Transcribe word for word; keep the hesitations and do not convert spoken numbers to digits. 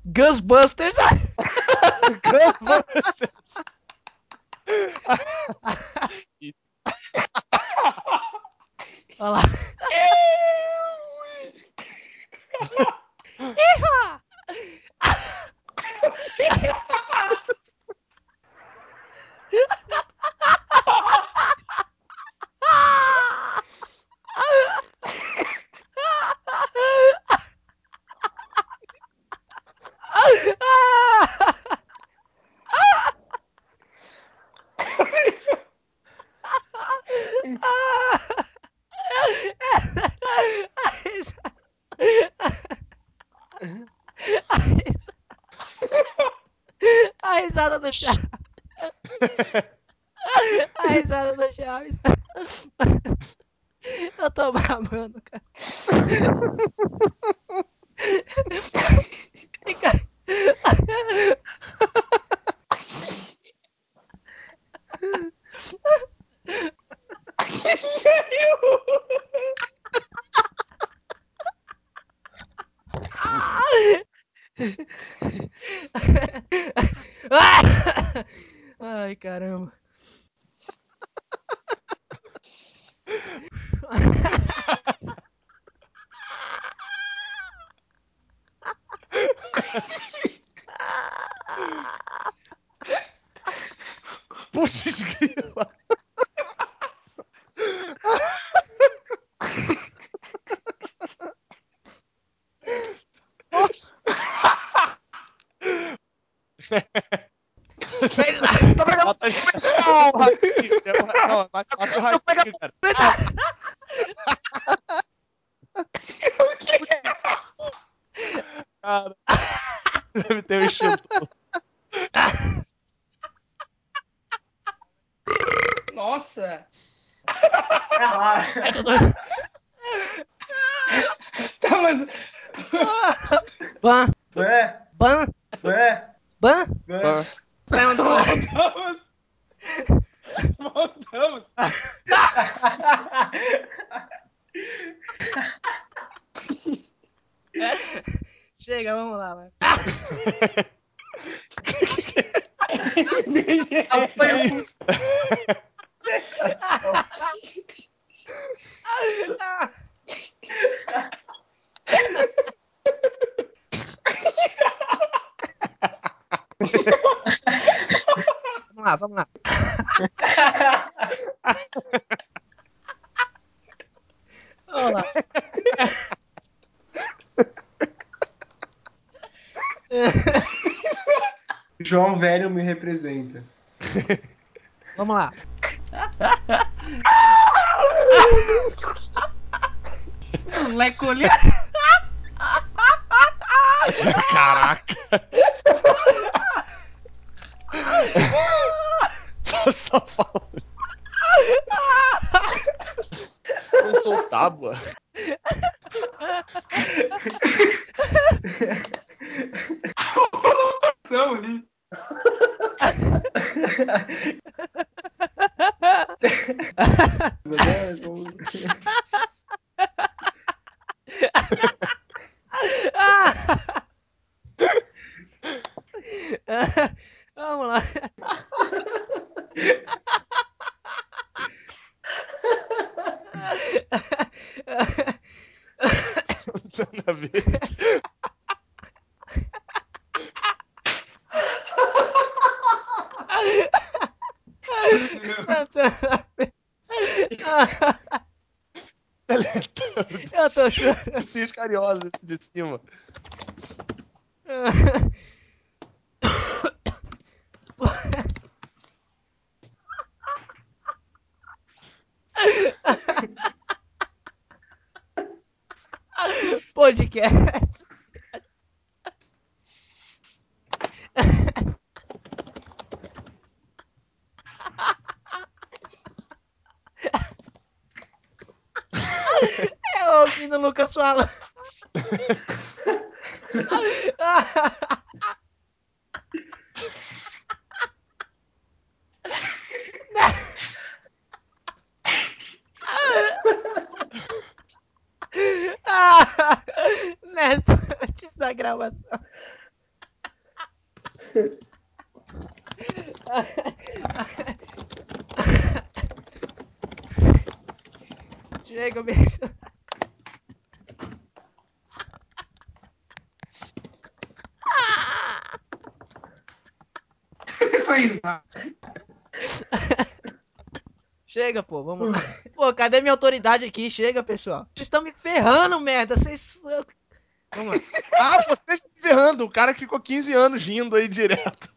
Ghostbusters. Ghostbusters. Isso. Olha lá. A risada do Chaves. A risada do Chaves. Eu tô babando, cara. Fica... Ai, caramba. Putz, grila. Nossa. Bota o ratinho. Não, mas bota o ratinho, cara. Cara, deve ter um estilo. Nossa! Caralho. Tá, mas. Ban. Ué, Ban. ué, Ban. ué. Voltamos! Voltamos! Chega, vamos lá, vai. Apanhou. Vamos lá, vamos lá. Vamos lá. João Velho me representa. Vamos lá. Moleque olhando. Caraca. Só, só falando. Não sou tábua. Voltamos ali. Vamos lá. Nada a ver. Eu tô chorando. Cis carinhosos de cima. Podcast. Eu ouvindo o Lucas falando. Neto, antes da gravação. Chega, bicho. Foi isso. Chega, pô, vamos lá. Pô, cadê minha autoridade aqui? Chega, pessoal. Vocês estão me ferrando, merda. Vocês. Vamos lá. Ah, você está me ferrando. O cara que ficou quinze anos rindo aí direto.